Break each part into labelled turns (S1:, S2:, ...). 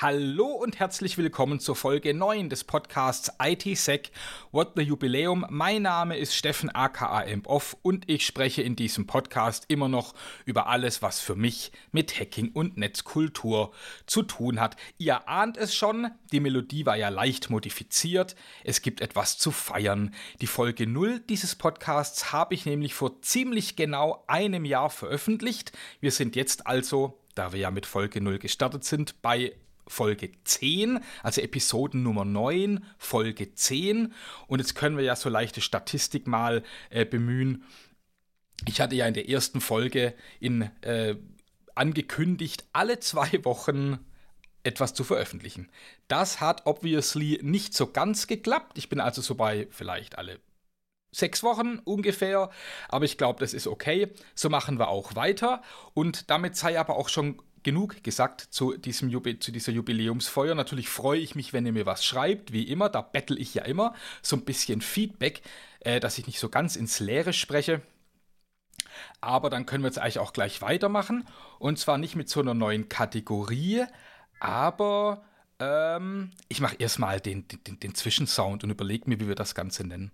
S1: Hallo und herzlich willkommen zur Folge 9 des Podcasts ITsec What the Jubiläum. Mein Name ist Steffen aka Impoff und ich spreche in diesem Podcast immer noch über alles, was für mich mit Hacking und Netzkultur zu tun hat. Ihr ahnt es schon, die Melodie war ja leicht modifiziert. Es gibt etwas zu feiern. Die Folge 0 dieses Podcasts habe ich nämlich vor ziemlich genau einem Jahr veröffentlicht. Wir sind jetzt also, da wir ja mit Folge 0 gestartet sind, bei Folge 10, also Episoden Nummer 9, Folge 10. Und jetzt können wir ja so leichte Statistik mal bemühen. Ich hatte ja in der ersten Folge angekündigt, alle 2 Wochen etwas zu veröffentlichen. Das hat obviously nicht so ganz geklappt. Ich bin also so bei vielleicht alle 6 Wochen ungefähr, aber ich glaube, das ist okay. So machen wir auch weiter. Und damit sei aber auch schon genug gesagt zu dieser Jubiläumsfeier. Natürlich freue ich mich, wenn ihr mir was schreibt, wie immer. Da bettel ich ja immer so ein bisschen Feedback, dass ich nicht so ganz ins Leere spreche. Aber dann können wir jetzt eigentlich auch gleich weitermachen. Und zwar nicht mit so einer neuen Kategorie, aber ich mache erstmal den Zwischensound und überlege mir, wie wir das Ganze nennen.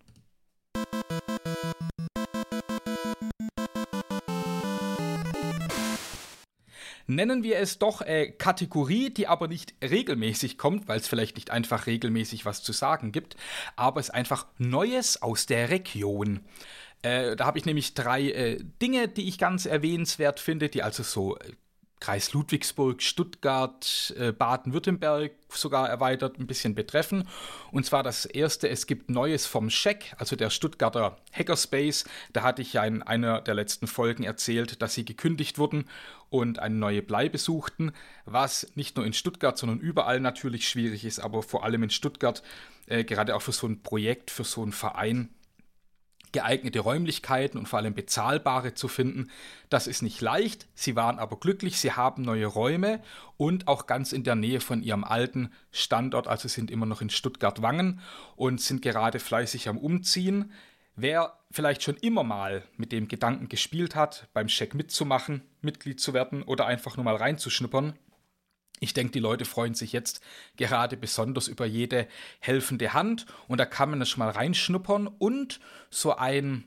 S1: Nennen wir es doch Kategorie, die aber nicht regelmäßig kommt, weil es vielleicht nicht einfach regelmäßig was zu sagen gibt, aber es ist einfach Neues aus der Region. Da habe ich nämlich 3 Dinge, die ich ganz erwähnenswert finde, die also so Kreis Ludwigsburg, Stuttgart, Baden-Württemberg sogar erweitert ein bisschen betreffen. Und zwar das erste, es gibt Neues vom SHAC, also der Stuttgarter Hackerspace. Da hatte ich ja in einer der letzten Folgen erzählt, dass sie gekündigt wurden und eine neue Bleibe suchten, was nicht nur in Stuttgart, sondern überall natürlich schwierig ist, aber vor allem in Stuttgart, gerade auch für so ein Projekt, für so einen Verein, geeignete Räumlichkeiten und vor allem bezahlbare zu finden. Das ist nicht leicht, sie waren aber glücklich, sie haben neue Räume und auch ganz in der Nähe von ihrem alten Standort, also sind immer noch in Stuttgart-Wangen und sind gerade fleißig am Umziehen. Wer vielleicht schon immer mal mit dem Gedanken gespielt hat, beim SHAC mitzumachen, Mitglied zu werden oder einfach nur mal reinzuschnuppern, ich denke, die Leute freuen sich jetzt gerade besonders über jede helfende Hand und da kann man schon mal reinschnuppern und so ein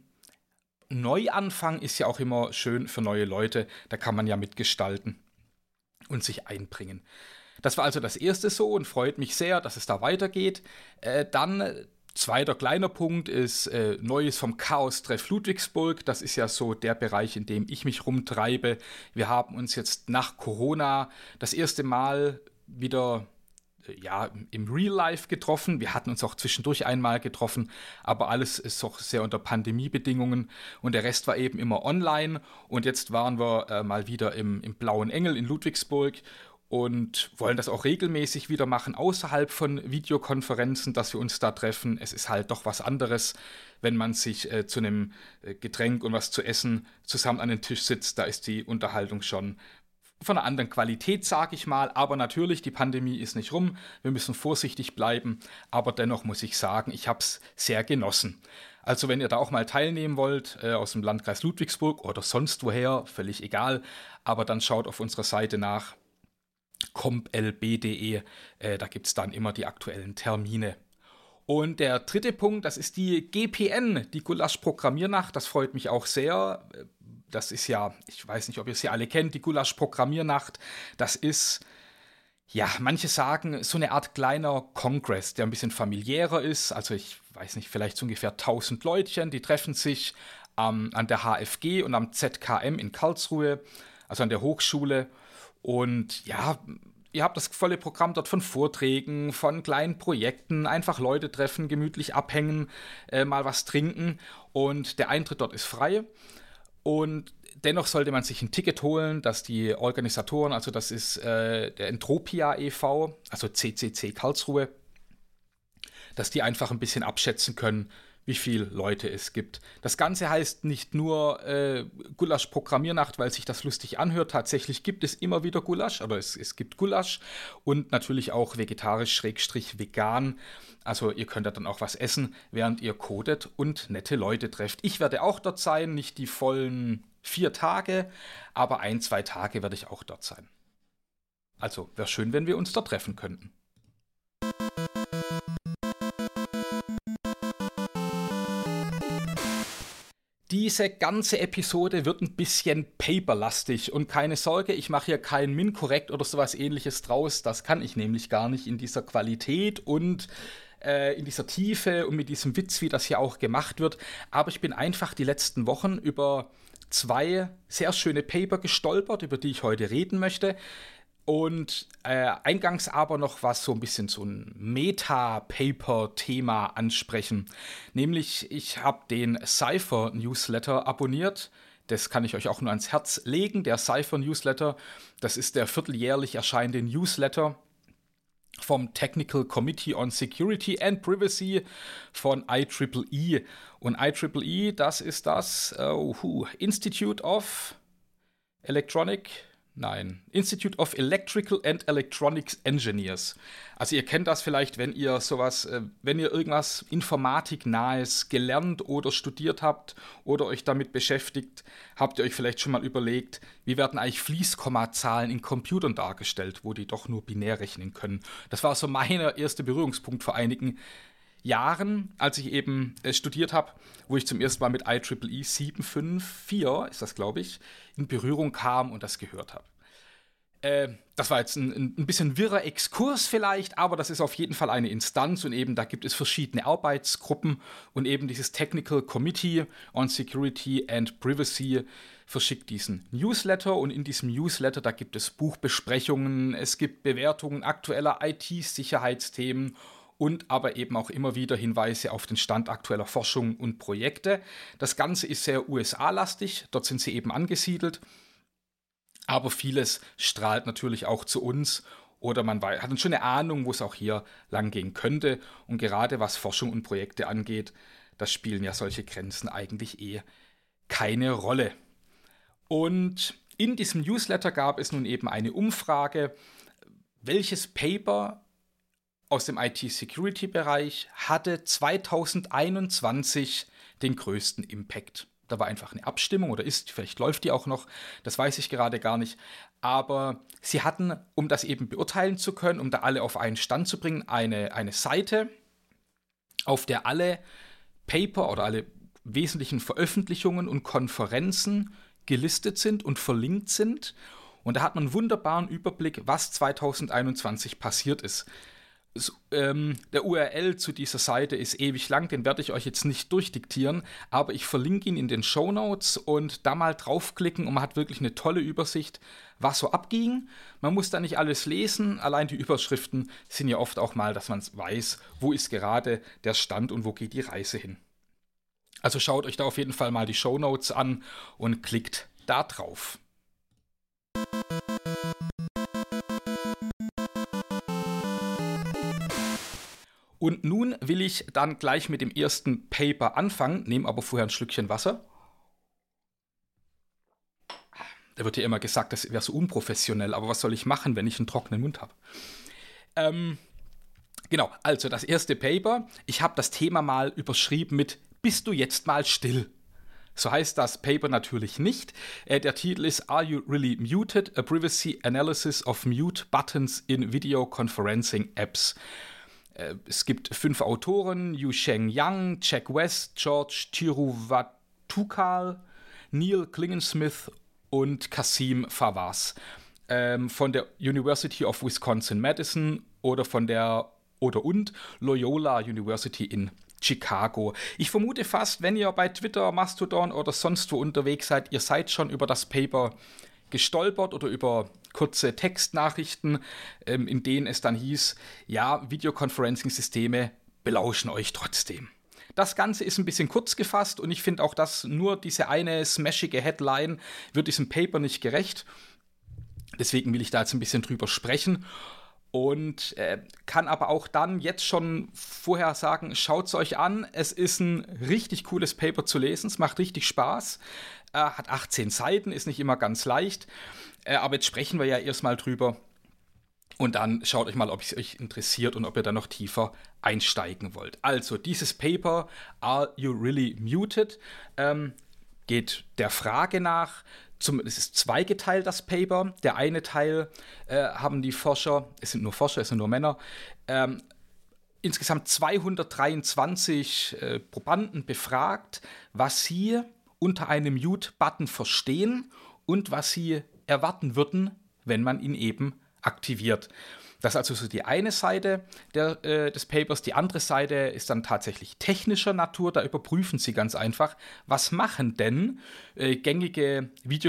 S1: Neuanfang ist ja auch immer schön für neue Leute, da kann man ja mitgestalten und sich einbringen. Das war also das erste so und freut mich sehr, dass es da weitergeht. Dann zweiter kleiner Punkt ist Neues vom Chaos-Treff Ludwigsburg. Das ist ja so der Bereich, in dem ich mich rumtreibe. Wir haben uns jetzt nach Corona das erste Mal wieder im Real Life getroffen. Wir hatten uns auch zwischendurch einmal getroffen, aber alles ist doch sehr unter Pandemiebedingungen und der Rest war eben immer online. Und jetzt waren wir mal wieder im Blauen Engel in Ludwigsburg und wollen das auch regelmäßig wieder machen, außerhalb von Videokonferenzen, dass wir uns da treffen. Es ist halt doch was anderes, wenn man sich zu einem Getränk und was zu essen zusammen an den Tisch sitzt. Da ist die Unterhaltung schon von einer anderen Qualität, sage ich mal. Aber natürlich, die Pandemie ist nicht rum. Wir müssen vorsichtig bleiben. Aber dennoch muss ich sagen, ich habe es sehr genossen. Also wenn ihr da auch mal teilnehmen wollt, aus dem Landkreis Ludwigsburg oder sonst woher, völlig egal. Aber dann schaut auf unserer Seite nach. complb.de, da gibt es dann immer die aktuellen Termine. Und der dritte Punkt, das ist die GPN, die Gulasch-Programmiernacht, das freut mich auch sehr. Das ist ja, ich weiß nicht, ob ihr sie alle kennt, die Gulasch-Programmiernacht, das ist, ja, manche sagen, so eine Art kleiner Kongress, der ein bisschen familiärer ist, also ich weiß nicht, vielleicht so ungefähr 1000 Leutchen, die treffen sich an der HFG und am ZKM in Karlsruhe, also an der Hochschule. Und ja, ihr habt das volle Programm dort von Vorträgen, von kleinen Projekten, einfach Leute treffen, gemütlich abhängen, mal was trinken und der Eintritt dort ist frei. Und dennoch sollte man sich ein Ticket holen, dass die Organisatoren, also das ist der Entropia e.V., also CCC Karlsruhe, dass die einfach ein bisschen abschätzen können, wie viele Leute es gibt. Das Ganze heißt nicht nur Gulasch-Programmiernacht, weil sich das lustig anhört. Tatsächlich gibt es immer wieder Gulasch, aber es gibt Gulasch und natürlich auch vegetarisch/vegan. Also ihr könnt ja dann auch was essen, während ihr codet und nette Leute trefft. Ich werde auch dort sein, nicht die vollen 4 Tage, aber 1-2 Tage werde ich auch dort sein. Also wäre schön, wenn wir uns dort treffen könnten. Diese ganze Episode wird ein bisschen paperlastig und keine Sorge, ich mache hier kein Min-Correct oder sowas ähnliches draus. Das kann ich nämlich gar nicht in dieser Qualität und in dieser Tiefe und mit diesem Witz, wie das hier auch gemacht wird. Aber ich bin einfach die letzten Wochen über 2 sehr schöne Paper gestolpert, über die ich heute reden möchte. Und eingangs aber noch was so ein bisschen so ein Meta-Paper-Thema ansprechen. Nämlich, ich habe den Cypher-Newsletter abonniert. Das kann ich euch auch nur ans Herz legen. Der Cypher-Newsletter, das ist der vierteljährlich erscheinende Newsletter vom Technical Committee on Security and Privacy von IEEE. Und IEEE, das ist das Institute of Electrical and Electronics Engineers. Also ihr kennt das vielleicht, wenn ihr irgendwas Informatiknahes gelernt oder studiert habt oder euch damit beschäftigt, habt ihr euch vielleicht schon mal überlegt, wie werden eigentlich Fließkommazahlen in Computern dargestellt, wo die doch nur binär rechnen können. Das war so mein erster Berührungspunkt vor einigen Jahren, als ich eben studiert habe, wo ich zum ersten Mal mit IEEE 754, ist das glaube ich, in Berührung kam und das gehört habe. Das war jetzt ein bisschen wirrer Exkurs vielleicht, aber das ist auf jeden Fall eine Instanz und eben da gibt es verschiedene Arbeitsgruppen und eben dieses Technical Committee on Security and Privacy verschickt diesen Newsletter und in diesem Newsletter, da gibt es Buchbesprechungen, es gibt Bewertungen aktueller IT-Sicherheitsthemen und aber eben auch immer wieder Hinweise auf den Stand aktueller Forschung und Projekte. Das Ganze ist sehr USA-lastig, dort sind sie eben angesiedelt, aber vieles strahlt natürlich auch zu uns oder man hat schon eine Ahnung, wo es auch hier lang gehen könnte. Und gerade was Forschung und Projekte angeht, da spielen ja solche Grenzen eigentlich keine Rolle. Und in diesem Newsletter gab es nun eben eine Umfrage, welches Paper aus dem IT-Security-Bereich hatte 2021 den größten Impact. Da war einfach eine Abstimmung oder vielleicht läuft die auch noch, das weiß ich gerade gar nicht. Aber sie hatten, um das eben beurteilen zu können, um da alle auf einen Stand zu bringen, eine Seite, auf der alle Paper oder alle wesentlichen Veröffentlichungen und Konferenzen gelistet sind und verlinkt sind. Und da hat man einen wunderbaren Überblick, was 2021 passiert ist. Der URL zu dieser Seite ist ewig lang, den werde ich euch jetzt nicht durchdiktieren, aber ich verlinke ihn in den Shownotes und da mal draufklicken und man hat wirklich eine tolle Übersicht, was so abging. Man muss da nicht alles lesen, allein die Überschriften sind ja oft auch mal, dass man weiß, wo ist gerade der Stand und wo geht die Reise hin. Also schaut euch da auf jeden Fall mal die Shownotes an und klickt da drauf. Und nun will ich dann gleich mit dem ersten Paper anfangen, nehme aber vorher ein Schlückchen Wasser. Da wird ja immer gesagt, das wäre so unprofessionell, aber was soll ich machen, wenn ich einen trockenen Mund habe? Genau, also das erste Paper. Ich habe das Thema mal überschrieben mit "Bist du jetzt mal still?" So heißt das Paper natürlich nicht. Der Titel ist "Are You Really Muted? A Privacy Analysis of Mute Buttons in Video Conferencing Apps." Es gibt 5 Autoren: Yusheng Yang, Jack West, George Tiruvattukal, Neil Klingensmith und Kasim Fawaz von der University of Wisconsin-Madison oder und Loyola University in Chicago. Ich vermute fast, wenn ihr bei Twitter, Mastodon oder sonst wo unterwegs seid, ihr seid schon über das Paper gestolpert oder über kurze Textnachrichten, in denen es dann hieß, ja, Videoconferencing-Systeme belauschen euch trotzdem. Das Ganze ist ein bisschen kurz gefasst und ich finde auch, dass nur diese eine smashige Headline wird diesem Paper nicht gerecht. Deswegen will ich da jetzt ein bisschen drüber sprechen und kann aber auch dann jetzt schon vorher sagen, schaut es euch an. Es ist ein richtig cooles Paper zu lesen, es macht richtig Spaß, hat 18 Seiten, ist nicht immer ganz leicht, aber jetzt sprechen wir ja erstmal drüber und dann schaut euch mal, ob es euch interessiert und ob ihr da noch tiefer einsteigen wollt. Also dieses Paper, "Are You Really Muted?" geht der Frage nach. Es ist zweigeteilt, das Paper. Der eine Teil haben die Forscher, es sind nur Männer, insgesamt 223 Probanden befragt, was sie unter einem Mute-Button verstehen und was sie erwarten würden, wenn man ihn eben aktiviert. Das ist also so die eine Seite des Papers. Die andere Seite ist dann tatsächlich technischer Natur. Da überprüfen sie ganz einfach, was machen denn gängige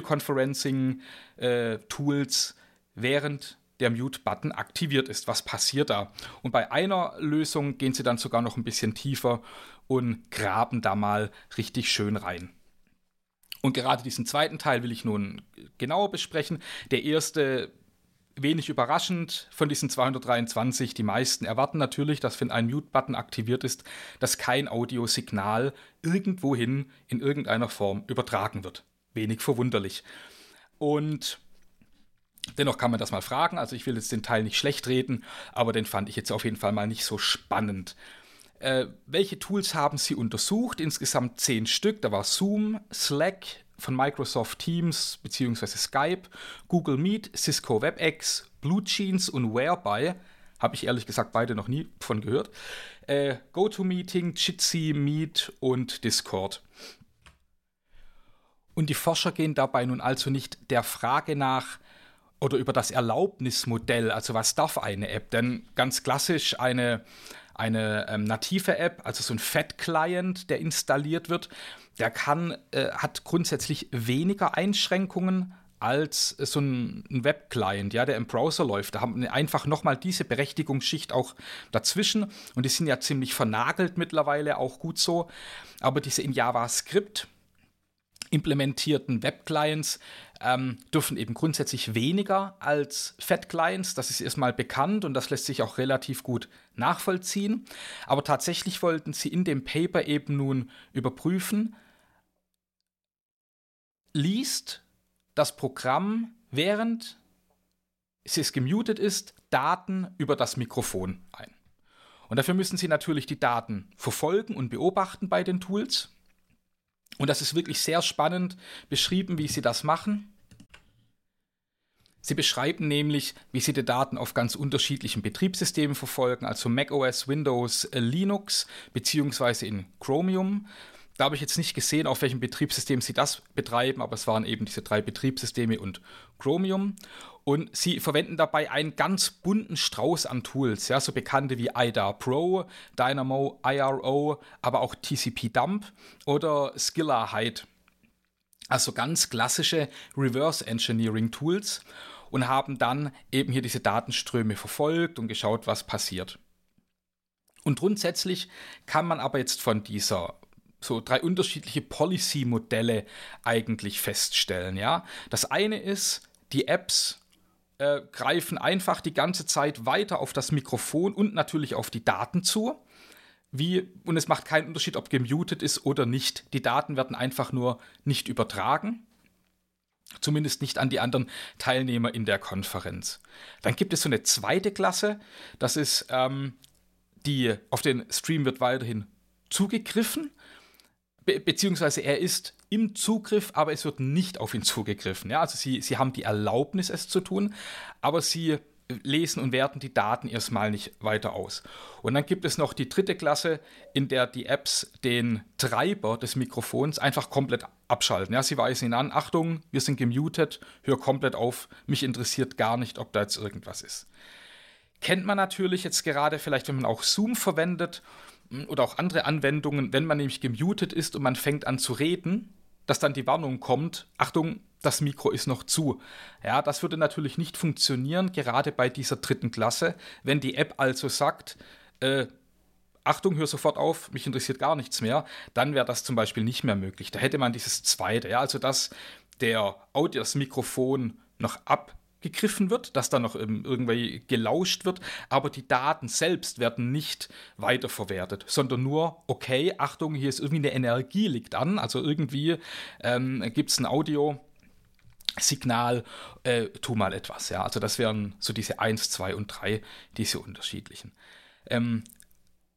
S1: Videoconferencing-Tools während der Mute-Button aktiviert ist. Was passiert da? Und bei einer Lösung gehen sie dann sogar noch ein bisschen tiefer und graben da mal richtig schön rein. Und gerade diesen zweiten Teil will ich nun genauer besprechen. Der erste, wenig überraschend von diesen 223, die meisten erwarten natürlich, dass wenn ein Mute-Button aktiviert ist, dass kein Audiosignal irgendwohin in irgendeiner Form übertragen wird. Wenig verwunderlich. Und dennoch kann man das mal fragen, also ich will jetzt den Teil nicht schlecht reden, aber den fand ich jetzt auf jeden Fall mal nicht so spannend. Welche Tools haben sie untersucht? Insgesamt 10 Stück, da war Zoom, Slack von Microsoft Teams bzw. Skype, Google Meet, Cisco WebEx, BlueJeans und Whereby, habe ich ehrlich gesagt beide noch nie von gehört, GoToMeeting, Jitsi, Meet und Discord. Und die Forscher gehen dabei nun also nicht der Frage nach oder über das Erlaubnismodell, also was darf eine App, denn ganz klassisch eine native App, also so ein Fat-Client, der installiert wird, der hat grundsätzlich weniger Einschränkungen als so ein Web-Client, ja, der im Browser läuft. Da haben wir einfach nochmal diese Berechtigungsschicht auch dazwischen und die sind ja ziemlich vernagelt mittlerweile, auch gut so. Aber diese in JavaScript implementierten Web-Clients dürfen eben grundsätzlich weniger als Fat-Clients. Das ist erstmal bekannt und das lässt sich auch relativ gut nachvollziehen. Aber tatsächlich wollten sie in dem Paper eben nun überprüfen, liest das Programm, während es gemutet ist, Daten über das Mikrofon ein. Und dafür müssen sie natürlich die Daten verfolgen und beobachten bei den Tools. Und das ist wirklich sehr spannend beschrieben, wie sie das machen. Sie beschreiben nämlich, wie sie die Daten auf ganz unterschiedlichen Betriebssystemen verfolgen, also macOS, Windows, Linux beziehungsweise in Chromium. Da habe ich jetzt nicht gesehen, auf welchem Betriebssystem sie das betreiben, aber es waren eben diese 3 Betriebssysteme und Chromium. Und sie verwenden dabei einen ganz bunten Strauß an Tools, ja, so bekannte wie IDA Pro, Dynamo, IRO, aber auch TCP-Dump oder Skilla-Hide. Also ganz klassische Reverse-Engineering-Tools und haben dann eben hier diese Datenströme verfolgt und geschaut, was passiert. Und grundsätzlich kann man aber jetzt von dieser so 3 unterschiedliche Policy-Modelle eigentlich feststellen. Ja? Das eine ist, die Apps greifen einfach die ganze Zeit weiter auf das Mikrofon und natürlich auf die Daten zu. Und es macht keinen Unterschied, ob gemutet ist oder nicht. Die Daten werden einfach nur nicht übertragen. Zumindest nicht an die anderen Teilnehmer in der Konferenz. Dann gibt es so eine zweite Klasse. Das ist, auf den Stream wird weiterhin zugegriffen. Beziehungsweise er ist im Zugriff, aber es wird nicht auf ihn zugegriffen. Ja? Also sie haben die Erlaubnis, es zu tun, aber sie lesen und werten die Daten erstmal nicht weiter aus. Und dann gibt es noch die dritte Klasse, in der die Apps den Treiber des Mikrofons einfach komplett abschalten. Ja, sie weisen ihn an, Achtung, wir sind gemutet, hör komplett auf, mich interessiert gar nicht, ob da jetzt irgendwas ist. Kennt man natürlich jetzt gerade vielleicht, wenn man auch Zoom verwendet oder auch andere Anwendungen, wenn man nämlich gemutet ist und man fängt an zu reden, dass dann die Warnung kommt, Achtung, das Mikro ist noch zu. Ja, das würde natürlich nicht funktionieren, gerade bei dieser dritten Klasse, wenn die App also sagt, Achtung, hör sofort auf, mich interessiert gar nichts mehr, dann wäre das zum Beispiel nicht mehr möglich. Da hätte man dieses zweite, ja, also dass das Mikrofon noch abgegriffen wird, dass da noch irgendwie gelauscht wird, aber die Daten selbst werden nicht weiterverwertet, sondern nur, okay, Achtung, hier ist irgendwie eine Energie liegt an, also irgendwie gibt es ein Audiosignal, tu mal etwas, ja, also das wären so diese 1, 2 und 3, diese unterschiedlichen.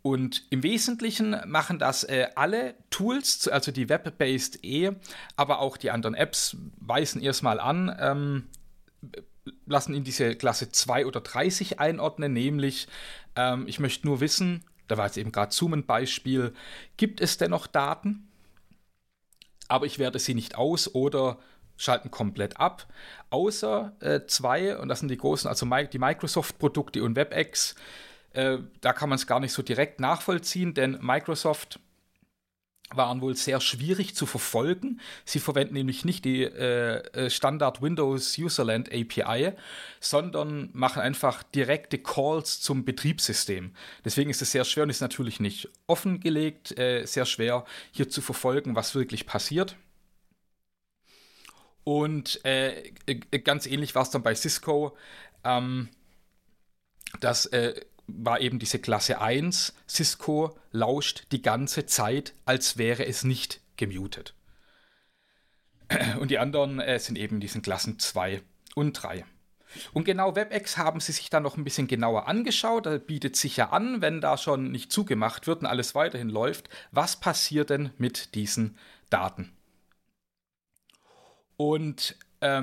S1: Und im Wesentlichen machen das alle Tools, also die Web-based aber auch die anderen Apps weisen erstmal an, lassen in diese Klasse 2 oder 3 sich einordnen, nämlich ich möchte nur wissen, da war jetzt eben gerade Zoom ein Beispiel, gibt es denn noch Daten? Aber ich werte sie nicht aus oder schalten komplett ab, außer 2, und das sind die großen, also die Microsoft-Produkte und WebEx. Da kann man es gar nicht so direkt nachvollziehen, denn Microsoft waren wohl sehr schwierig zu verfolgen. Sie verwenden nämlich nicht die Standard Windows Userland API, sondern machen einfach direkte Calls zum Betriebssystem. Deswegen ist es sehr schwer und ist natürlich nicht offengelegt, sehr schwer hier zu verfolgen, was wirklich passiert. Und ganz ähnlich war es dann bei Cisco. Das war eben diese Klasse 1. Cisco lauscht die ganze Zeit, als wäre es nicht gemutet. Und die anderen sind eben diesen Klassen 2 und 3. Und genau WebEx haben sie sich dann noch ein bisschen genauer angeschaut. Da bietet sich ja an, wenn da schon nicht zugemacht wird und alles weiterhin läuft, was passiert denn mit diesen Daten? Und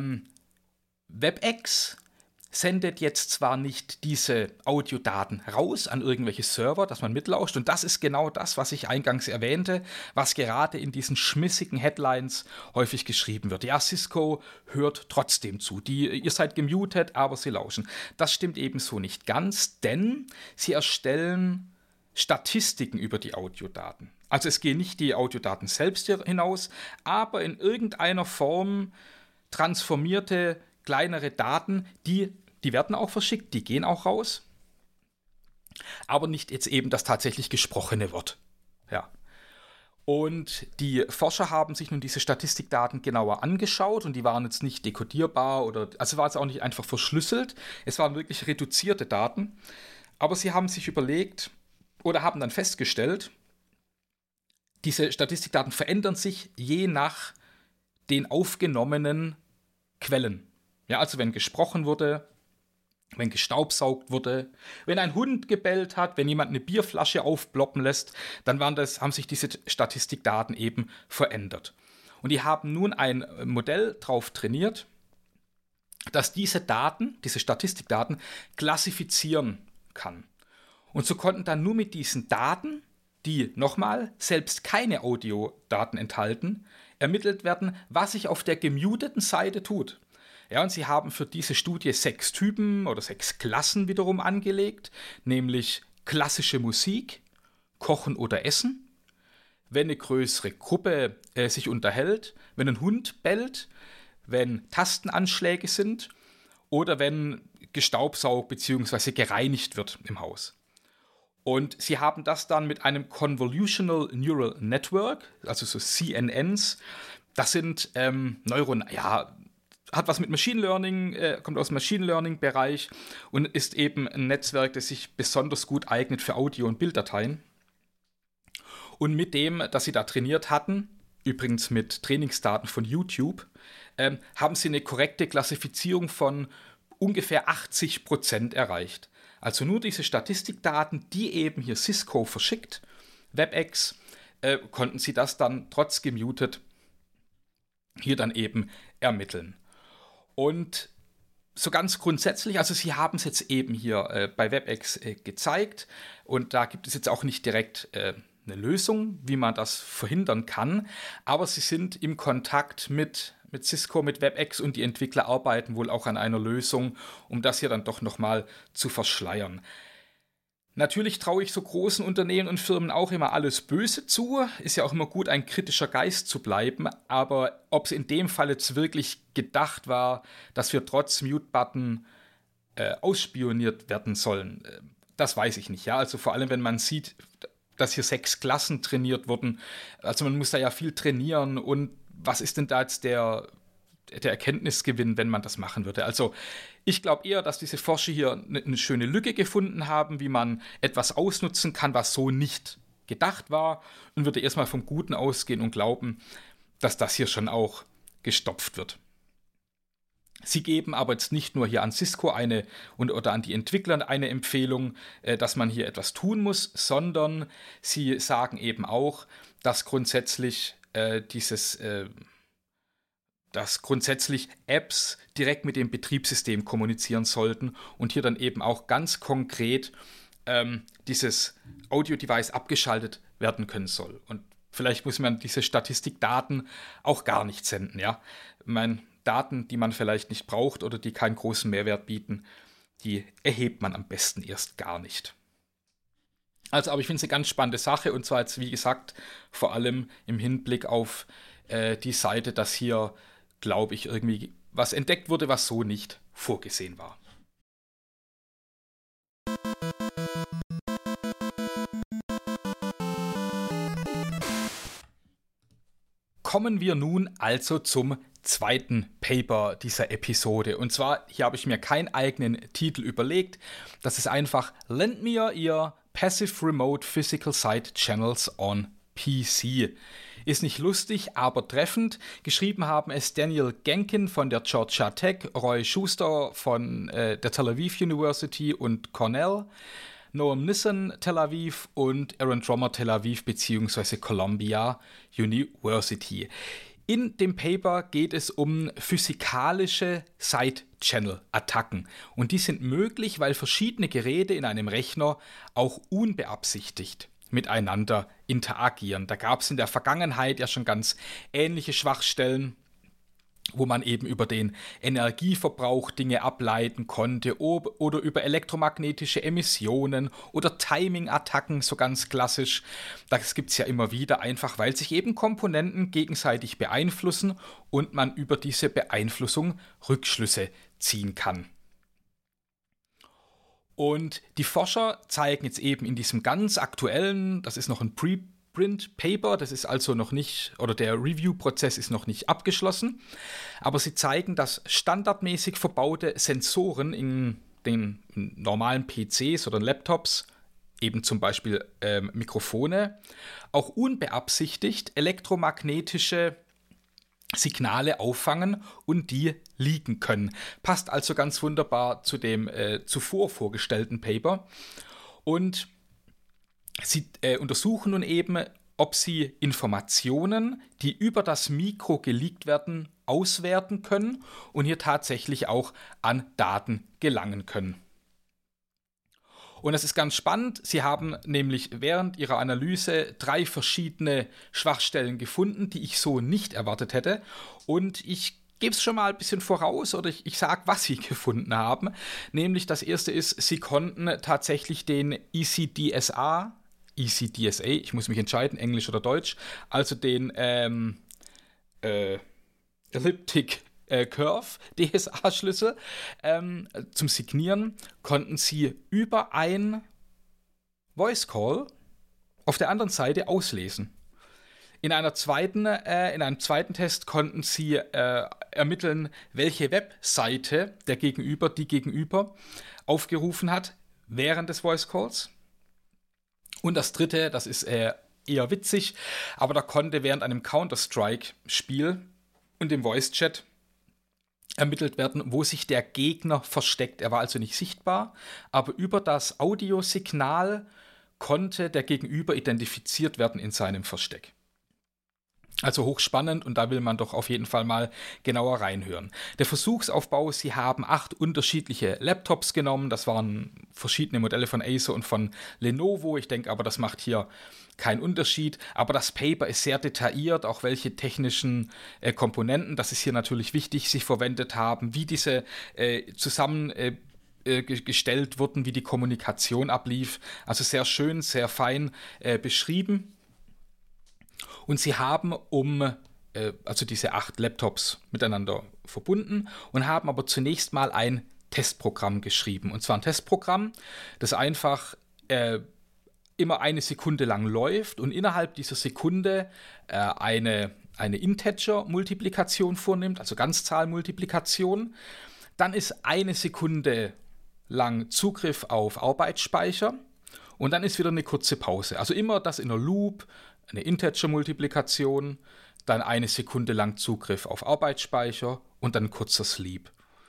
S1: WebEx sendet jetzt zwar nicht diese Audiodaten raus an irgendwelche Server, dass man mitlauscht, und das ist genau das, was ich eingangs erwähnte, was gerade in diesen schmissigen Headlines häufig geschrieben wird. Ja, Cisco hört trotzdem zu. Ihr seid gemutet, aber sie lauschen. Das stimmt ebenso nicht ganz, denn sie erstellen Statistiken über die Audiodaten. Also es gehen nicht die Audiodaten selbst hinaus, aber in irgendeiner Form transformierte kleinere Daten, die werden auch verschickt, die gehen auch raus, aber nicht jetzt eben das tatsächlich gesprochene Wort. Ja. Und die Forscher haben sich nun diese Statistikdaten genauer angeschaut und die waren jetzt nicht dekodierbar also war es auch nicht einfach verschlüsselt, es waren wirklich reduzierte Daten, aber sie haben sich überlegt oder haben dann festgestellt, diese Statistikdaten verändern sich je nach den aufgenommenen Quellen. Ja, also wenn gesprochen wurde, wenn gestaubsaugt wurde, wenn ein Hund gebellt hat, wenn jemand eine Bierflasche aufploppen lässt, dann haben sich diese Statistikdaten eben verändert. Und die haben nun ein Modell drauf trainiert, das diese Statistikdaten klassifizieren kann. Und so konnten dann nur mit diesen Daten, die nochmal selbst keine Audiodaten enthalten, ermittelt werden, was sich auf der gemuteten Seite tut. Ja, und sie haben für diese Studie 6 Typen oder 6 Klassen wiederum angelegt, nämlich klassische Musik, Kochen oder Essen, wenn eine größere Gruppe sich unterhält, wenn ein Hund bellt, wenn Tastenanschläge sind oder wenn gestaubsaugt bzw. gereinigt wird im Haus. Und sie haben das dann mit einem Convolutional Neural Network, also so CNNs, das sind hat was mit Machine Learning, kommt aus dem Machine Learning-Bereich und ist eben ein Netzwerk, das sich besonders gut eignet für Audio- und Bilddateien. Und mit dem, das sie da trainiert hatten, übrigens mit Trainingsdaten von YouTube, haben sie eine korrekte Klassifizierung von ungefähr 80% erreicht. Also nur diese Statistikdaten, die eben hier Cisco verschickt, WebEx, konnten sie das dann trotz gemutet hier dann eben ermitteln. Und so ganz grundsätzlich, also sie haben es jetzt eben hier bei WebEx gezeigt und da gibt es jetzt auch nicht direkt eine Lösung, wie man das verhindern kann, aber sie sind im Kontakt mit Cisco, mit WebEx und die Entwickler arbeiten wohl auch an einer Lösung, um das hier dann doch nochmal zu verschleiern. Natürlich traue ich so großen Unternehmen und Firmen auch immer alles Böse zu. Ist ja auch immer gut, ein kritischer Geist zu bleiben. Aber ob es in dem Fall jetzt wirklich gedacht war, dass wir trotz Mute-Button ausspioniert werden sollen, das weiß ich nicht. Ja? Also vor allem, wenn man sieht, dass hier 6 Klassen trainiert wurden. Also man muss da ja viel trainieren. Und was ist denn da jetzt der Erkenntnisgewinn, wenn man das machen würde? Also ich glaube eher, dass diese Forscher hier eine schöne Lücke gefunden haben, wie man etwas ausnutzen kann, was so nicht gedacht war, und würde erstmal vom Guten ausgehen und glauben, dass das hier schon auch gestopft wird. Sie geben aber jetzt nicht nur hier an Cisco oder an die Entwickler eine Empfehlung, dass man hier etwas tun muss, sondern sie sagen eben auch, dass grundsätzlich dass grundsätzlich Apps direkt mit dem Betriebssystem kommunizieren sollten und hier dann eben auch ganz konkret dieses Audio-Device abgeschaltet werden können soll. Und vielleicht muss man diese Statistikdaten auch gar nicht senden, ja. Daten, die man vielleicht nicht braucht oder die keinen großen Mehrwert bieten, die erhebt man am besten erst gar nicht. Also, aber ich finde es eine ganz spannende Sache und zwar jetzt, wie gesagt, vor allem im Hinblick auf die Seite, dass hier, glaube ich, irgendwie was entdeckt wurde, was so nicht vorgesehen war. Kommen wir nun also zum zweiten Paper dieser Episode. Und zwar, hier habe ich mir keinen eigenen Titel überlegt. Das ist einfach Lend Me Your Ear, Passive Remote Physical Site Channels on PC. Ist nicht lustig, aber treffend. Geschrieben haben es Daniel Genkin von der Georgia Tech, Roy Schuster von der Tel Aviv University und Cornell, Noam Nissen Tel Aviv und Aaron Drummer Tel Aviv bzw. Columbia University. In dem Paper geht es um physikalische Side-Channel-Attacken. Und die sind möglich, weil verschiedene Geräte in einem Rechner auch unbeabsichtigt miteinander interagieren. Da gab es in der Vergangenheit ja schon ganz ähnliche Schwachstellen, wo man eben über den Energieverbrauch Dinge ableiten konnte oder über elektromagnetische Emissionen oder Timing-Attacken, so ganz klassisch. Das gibt es ja immer wieder, einfach weil sich eben Komponenten gegenseitig beeinflussen und man über diese Beeinflussung Rückschlüsse ziehen kann. Und die Forscher zeigen jetzt eben in diesem ganz aktuellen, das ist noch ein Preprint-Paper, das ist also noch nicht, oder der Review-Prozess ist noch nicht abgeschlossen, aber sie zeigen, dass standardmäßig verbaute Sensoren in den normalen PCs oder Laptops, eben zum Beispiel Mikrofone, auch unbeabsichtigt elektromagnetische Signale auffangen und die leaken können. Passt also ganz wunderbar zu dem zuvor vorgestellten Paper. Und sie untersuchen nun eben, ob sie Informationen, die über das Mikro geleakt werden, auswerten können und hier tatsächlich auch an Daten gelangen können. Und das ist ganz spannend. Sie haben nämlich während ihrer Analyse 3 verschiedene Schwachstellen gefunden, die ich so nicht erwartet hätte. Und ich gebe es schon mal ein bisschen voraus oder ich sage, was sie gefunden haben. Nämlich das erste ist, sie konnten tatsächlich den ECDSA, ich muss mich entscheiden, Englisch oder Deutsch, also den Elliptic Curve DSA-Schlüssel zum Signieren konnten sie über ein Voice Call auf der anderen Seite auslesen. In einem zweiten Test konnten sie ermitteln, welche Webseite die Gegenüber aufgerufen hat während des Voice Calls. Und das dritte, das ist eher witzig, aber da konnte während einem Counter-Strike-Spiel und dem Voice-Chat ermittelt werden, wo sich der Gegner versteckt. Er war also nicht sichtbar, aber über das Audiosignal konnte der Gegenüber identifiziert werden in seinem Versteck. Also hochspannend und da will man doch auf jeden Fall mal genauer reinhören. Der Versuchsaufbau, sie haben 8 unterschiedliche Laptops genommen, das waren verschiedene Modelle von Acer und von Lenovo, ich denke aber, das macht hier keinen Unterschied, aber das Paper ist sehr detailliert, auch welche technischen Komponenten, das ist hier natürlich wichtig, sie verwendet haben, wie diese zusammengestellt wurden, wie die Kommunikation ablief, also sehr schön, sehr fein beschrieben. Und sie haben also diese 8 Laptops miteinander verbunden und haben aber zunächst mal ein Testprogramm geschrieben. Und zwar ein Testprogramm, das einfach immer 1 Sekunde lang läuft und innerhalb dieser Sekunde eine Integer-Multiplikation vornimmt, also Ganzzahlmultiplikation. Dann ist 1 Sekunde lang Zugriff auf Arbeitsspeicher und dann ist wieder eine kurze Pause. Also immer das in der Loop, eine Integer-Multiplikation, dann 1 Sekunde lang Zugriff auf Arbeitsspeicher und dann kurzer Sleep.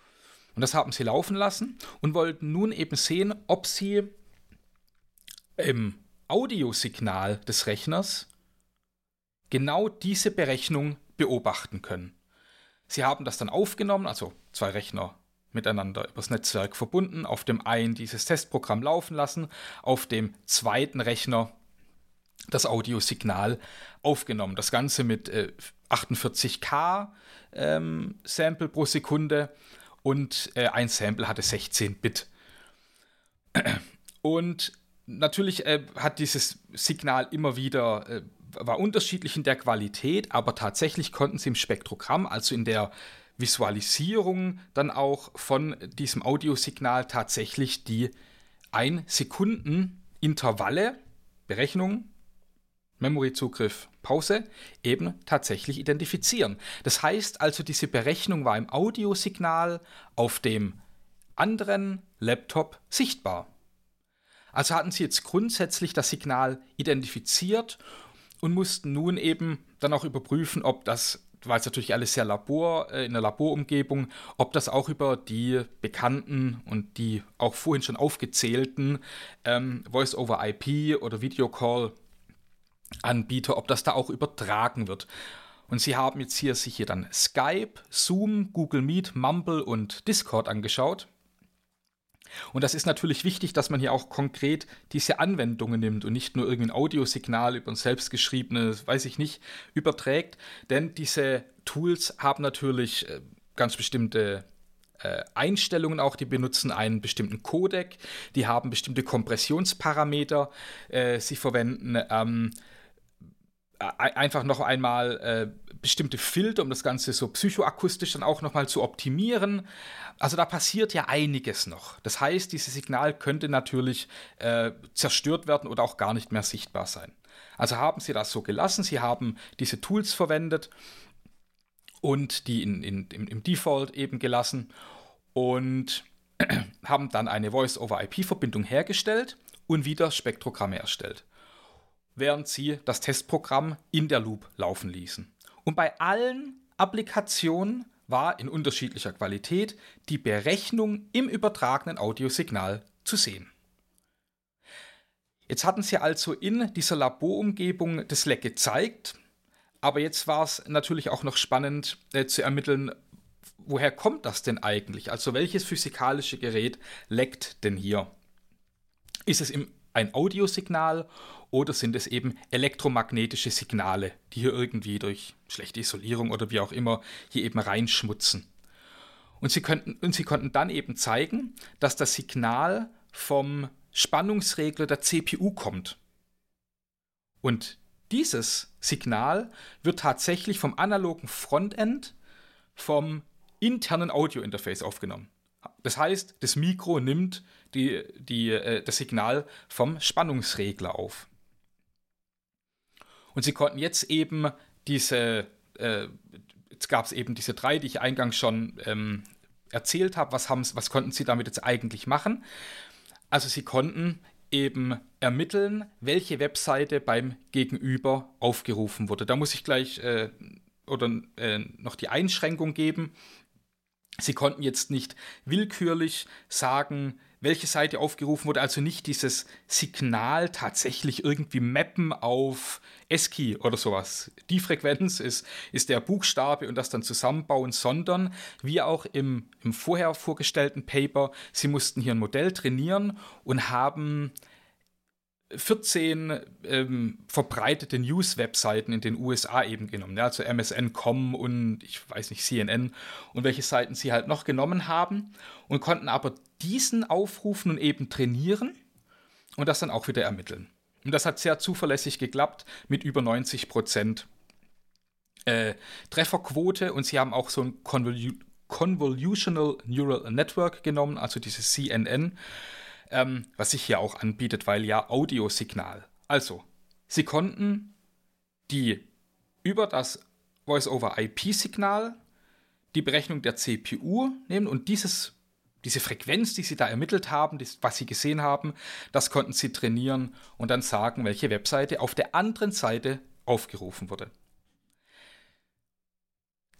S1: Und das haben sie laufen lassen und wollten nun eben sehen, ob sie im Audiosignal des Rechners genau diese Berechnung beobachten können. Sie haben das dann aufgenommen, also 2 Rechner miteinander übers Netzwerk verbunden, auf dem einen dieses Testprogramm laufen lassen, auf dem zweiten Rechner das Audiosignal aufgenommen. Das Ganze mit 48K Sample pro Sekunde und ein Sample hatte 16 Bit. Und natürlich hat dieses Signal immer wieder, war unterschiedlich in der Qualität, aber tatsächlich konnten sie im Spektrogramm, also in der Visualisierung dann auch von diesem Audiosignal tatsächlich die 1 Sekunden Intervalle, Berechnung, Memory-Zugriff, Pause, eben tatsächlich identifizieren. Das heißt also, diese Berechnung war im Audiosignal auf dem anderen Laptop sichtbar. Also hatten sie jetzt grundsätzlich das Signal identifiziert und mussten nun eben dann auch überprüfen, ob das, war jetzt natürlich alles sehr in der Laborumgebung, ob das auch über die bekannten und die auch vorhin schon aufgezählten Voice-over-IP oder Videocall-Anbieter, ob das da auch übertragen wird. Und sie haben jetzt sich hier dann Skype, Zoom, Google Meet, Mumble und Discord angeschaut. Und das ist natürlich wichtig, dass man hier auch konkret diese Anwendungen nimmt und nicht nur irgendein Audiosignal über ein selbstgeschriebenes, weiß ich nicht, überträgt. Denn diese Tools haben natürlich ganz bestimmte Einstellungen auch, die benutzen einen bestimmten Codec, die haben bestimmte Kompressionsparameter, sie verwenden einfach noch einmal bestimmte Filter, um das Ganze so psychoakustisch dann auch nochmal zu optimieren. Also da passiert ja einiges noch. Das heißt, dieses Signal könnte natürlich zerstört werden oder auch gar nicht mehr sichtbar sein. Also haben sie das so gelassen, sie haben diese Tools verwendet und die im Default eben gelassen und haben dann eine Voice-over-IP-Verbindung hergestellt und wieder Spektrogramme erstellt, während sie das Testprogramm in der Loop laufen ließen. Und bei allen Applikationen war in unterschiedlicher Qualität die Berechnung im übertragenen Audiosignal zu sehen. Jetzt hatten sie also in dieser Laborumgebung das Leck gezeigt, aber jetzt war es natürlich auch noch spannend zu ermitteln, woher kommt das denn eigentlich? Also welches physikalische Gerät leckt denn hier? Ist es ein Audiosignal oder sind es eben elektromagnetische Signale, die hier irgendwie durch schlechte Isolierung oder wie auch immer hier eben reinschmutzen? Und sie konnten dann eben zeigen, dass das Signal vom Spannungsregler der CPU kommt. Und dieses Signal wird tatsächlich vom analogen Frontend vom internen Audio-Interface aufgenommen. Das heißt, das Mikro nimmt das Signal vom Spannungsregler auf. Und sie konnten jetzt eben jetzt gab es eben diese 3, die ich eingangs schon erzählt habe. Was konnten sie damit jetzt eigentlich machen? Also sie konnten eben ermitteln, welche Webseite beim Gegenüber aufgerufen wurde. Da muss ich gleich noch die Einschränkung geben. Sie konnten jetzt nicht willkürlich sagen, welche Seite aufgerufen wurde, also nicht dieses Signal tatsächlich irgendwie mappen auf ASCII oder sowas. Die Frequenz ist der Buchstabe und das dann zusammenbauen, sondern wie auch im vorher vorgestellten Paper, sie mussten hier ein Modell trainieren und haben 14 verbreitete News-Webseiten in den USA eben genommen, ja, also MSN.com und ich weiß nicht, CNN und welche Seiten sie halt noch genommen haben und konnten aber diesen aufrufen und eben trainieren und das dann auch wieder ermitteln. Und das hat sehr zuverlässig geklappt mit über 90% Trefferquote und sie haben auch so ein Convolutional Neural Network genommen, also dieses CNN, was sich hier auch anbietet, weil ja Audiosignal. Also, sie konnten über das Voice-over-IP-Signal die Berechnung der CPU nehmen und diese Frequenz, die sie da ermittelt haben, was sie gesehen haben, das konnten sie trainieren und dann sagen, welche Webseite auf der anderen Seite aufgerufen wurde.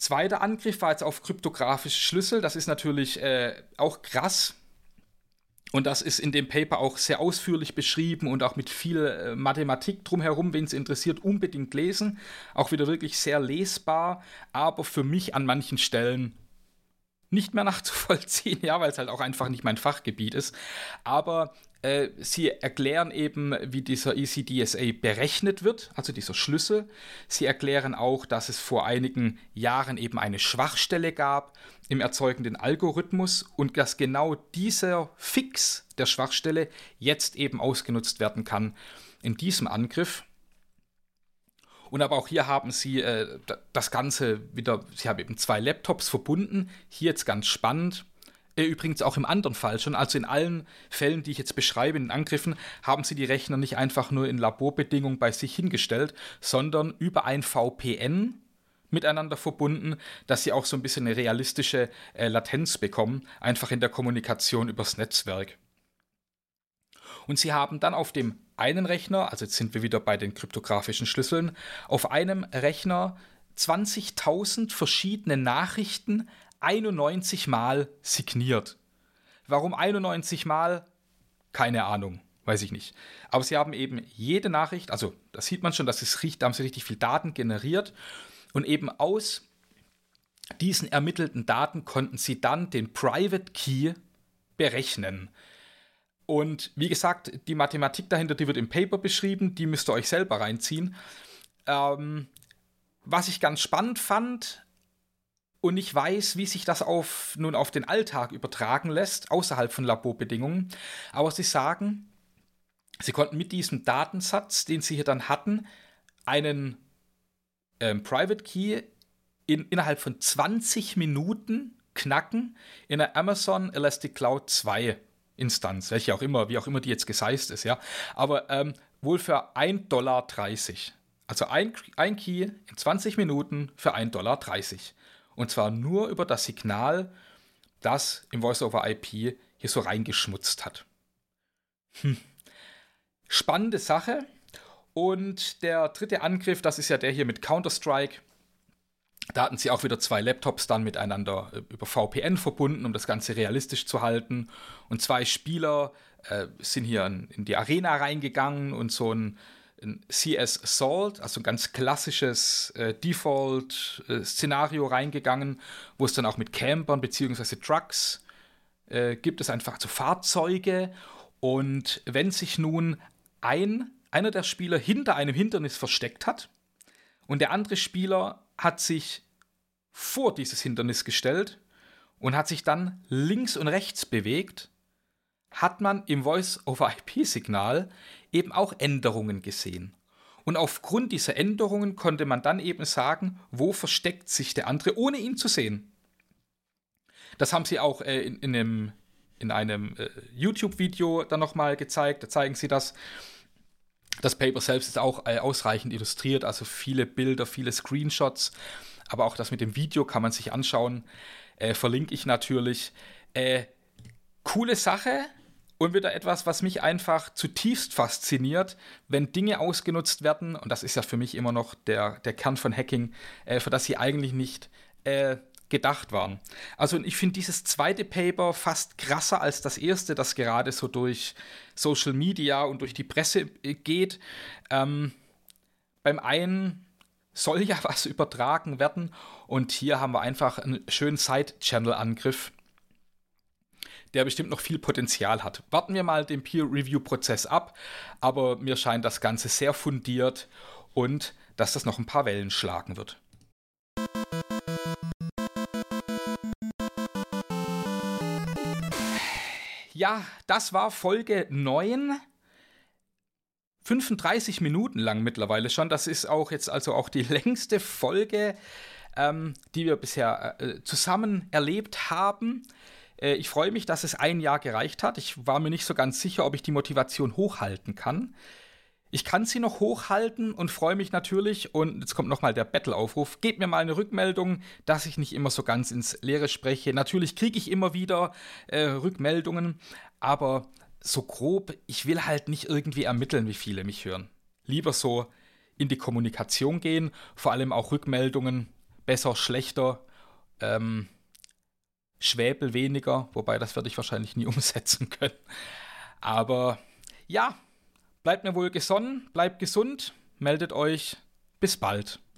S1: Zweiter Angriff war jetzt auf kryptografische Schlüssel. Das ist natürlich auch krass. Und das ist in dem Paper auch sehr ausführlich beschrieben und auch mit viel Mathematik drumherum. Wen es interessiert, unbedingt lesen. Auch wieder wirklich sehr lesbar, aber für mich an manchen Stellen nicht mehr nachzuvollziehen, ja, weil es halt auch einfach nicht mein Fachgebiet ist. Aber sie erklären eben, wie dieser ECDSA berechnet wird, also dieser Schlüssel. Sie erklären auch, dass es vor einigen Jahren eben eine Schwachstelle gab im erzeugenden Algorithmus und dass genau dieser Fix der Schwachstelle jetzt eben ausgenutzt werden kann in diesem Angriff. Und aber auch hier haben sie das Ganze wieder, sie haben eben 2 Laptops verbunden. Hier jetzt ganz spannend. Übrigens auch im anderen Fall schon, also in allen Fällen, die ich jetzt beschreibe, in den Angriffen, haben sie die Rechner nicht einfach nur in Laborbedingungen bei sich hingestellt, sondern über ein VPN miteinander verbunden, dass sie auch so ein bisschen eine realistische Latenz bekommen, einfach in der Kommunikation übers Netzwerk. Und sie haben dann auf dem einen Rechner, also jetzt sind wir wieder bei den kryptografischen Schlüsseln, auf einem Rechner 20.000 verschiedene Nachrichten 91 Mal signiert. Warum 91 Mal? Keine Ahnung, weiß ich nicht. Aber sie haben eben jede Nachricht, also da sieht man schon, da haben sie richtig viel Daten generiert und eben aus diesen ermittelten Daten konnten sie dann den Private Key berechnen. Und wie gesagt, die Mathematik dahinter, die wird im Paper beschrieben, die müsst ihr euch selber reinziehen. Was ich ganz spannend fand, und ich weiß, wie sich das nun auf den Alltag übertragen lässt, außerhalb von Laborbedingungen. Aber sie sagen, sie konnten mit diesem Datensatz, den sie hier dann hatten, einen Private Key innerhalb von 20 Minuten knacken in der Amazon Elastic Cloud 2 Instanz, wie auch immer die jetzt gesized ist, ja. Aber wohl für $1,30. Also ein Key in 20 Minuten für $1,30. Und zwar nur über das Signal, das im Voice-over-IP hier so reingeschmutzt hat. Spannende Sache. Und der dritte Angriff, das ist ja der hier mit Counter-Strike. Da hatten sie auch wieder 2 Laptops dann miteinander über VPN verbunden, um das Ganze realistisch zu halten. Und 2 Spieler sind hier in die Arena reingegangen und so ein CS Assault, also ein ganz klassisches Default-Szenario reingegangen, wo es dann auch mit Campern bzw. Trucks gibt es einfach so Fahrzeuge. Und wenn sich nun einer der Spieler hinter einem Hindernis versteckt hat und der andere Spieler hat sich vor dieses Hindernis gestellt und hat sich dann links und rechts bewegt, hat man im Voice-over-IP-Signal eben auch Änderungen gesehen. Und aufgrund dieser Änderungen konnte man dann eben sagen, wo versteckt sich der andere, ohne ihn zu sehen. Das haben sie auch in einem YouTube-Video dann nochmal gezeigt, da zeigen sie das. Das Paper selbst ist auch ausreichend illustriert, also viele Bilder, viele Screenshots, aber auch das mit dem Video kann man sich anschauen, verlinke ich natürlich. Coole Sache und wieder etwas, was mich einfach zutiefst fasziniert, wenn Dinge ausgenutzt werden, und das ist ja für mich immer noch der Kern von Hacking, für das sie eigentlich nicht gedacht waren. Also ich finde dieses zweite Paper fast krasser als das erste, das gerade so durch Social Media und durch die Presse geht. Beim einen soll ja was übertragen werden und hier haben wir einfach einen schönen Side-Channel-Angriff, der bestimmt noch viel Potenzial hat. Warten wir mal den Peer-Review-Prozess ab, aber mir scheint das Ganze sehr fundiert und dass das noch ein paar Wellen schlagen wird. Ja, das war Folge 9. 35 Minuten lang mittlerweile schon. Das ist auch jetzt also auch die längste Folge, die wir bisher zusammen erlebt haben. Ich freue mich, dass es ein Jahr gereicht hat. Ich war mir nicht so ganz sicher, ob ich die Motivation hochhalten kann. Ich kann sie noch hochhalten und freue mich natürlich. Und jetzt kommt nochmal der Battle-Aufruf. Gebt mir mal eine Rückmeldung, dass ich nicht immer so ganz ins Leere spreche. Natürlich kriege ich immer wieder Rückmeldungen, aber so grob, ich will halt nicht irgendwie ermitteln, wie viele mich hören. Lieber so in die Kommunikation gehen, vor allem auch Rückmeldungen besser, schlechter, Schwäbel weniger, wobei das werde ich wahrscheinlich nie umsetzen können. Aber ja, bleibt mir wohl gesonnen, bleibt gesund, meldet euch, bis bald.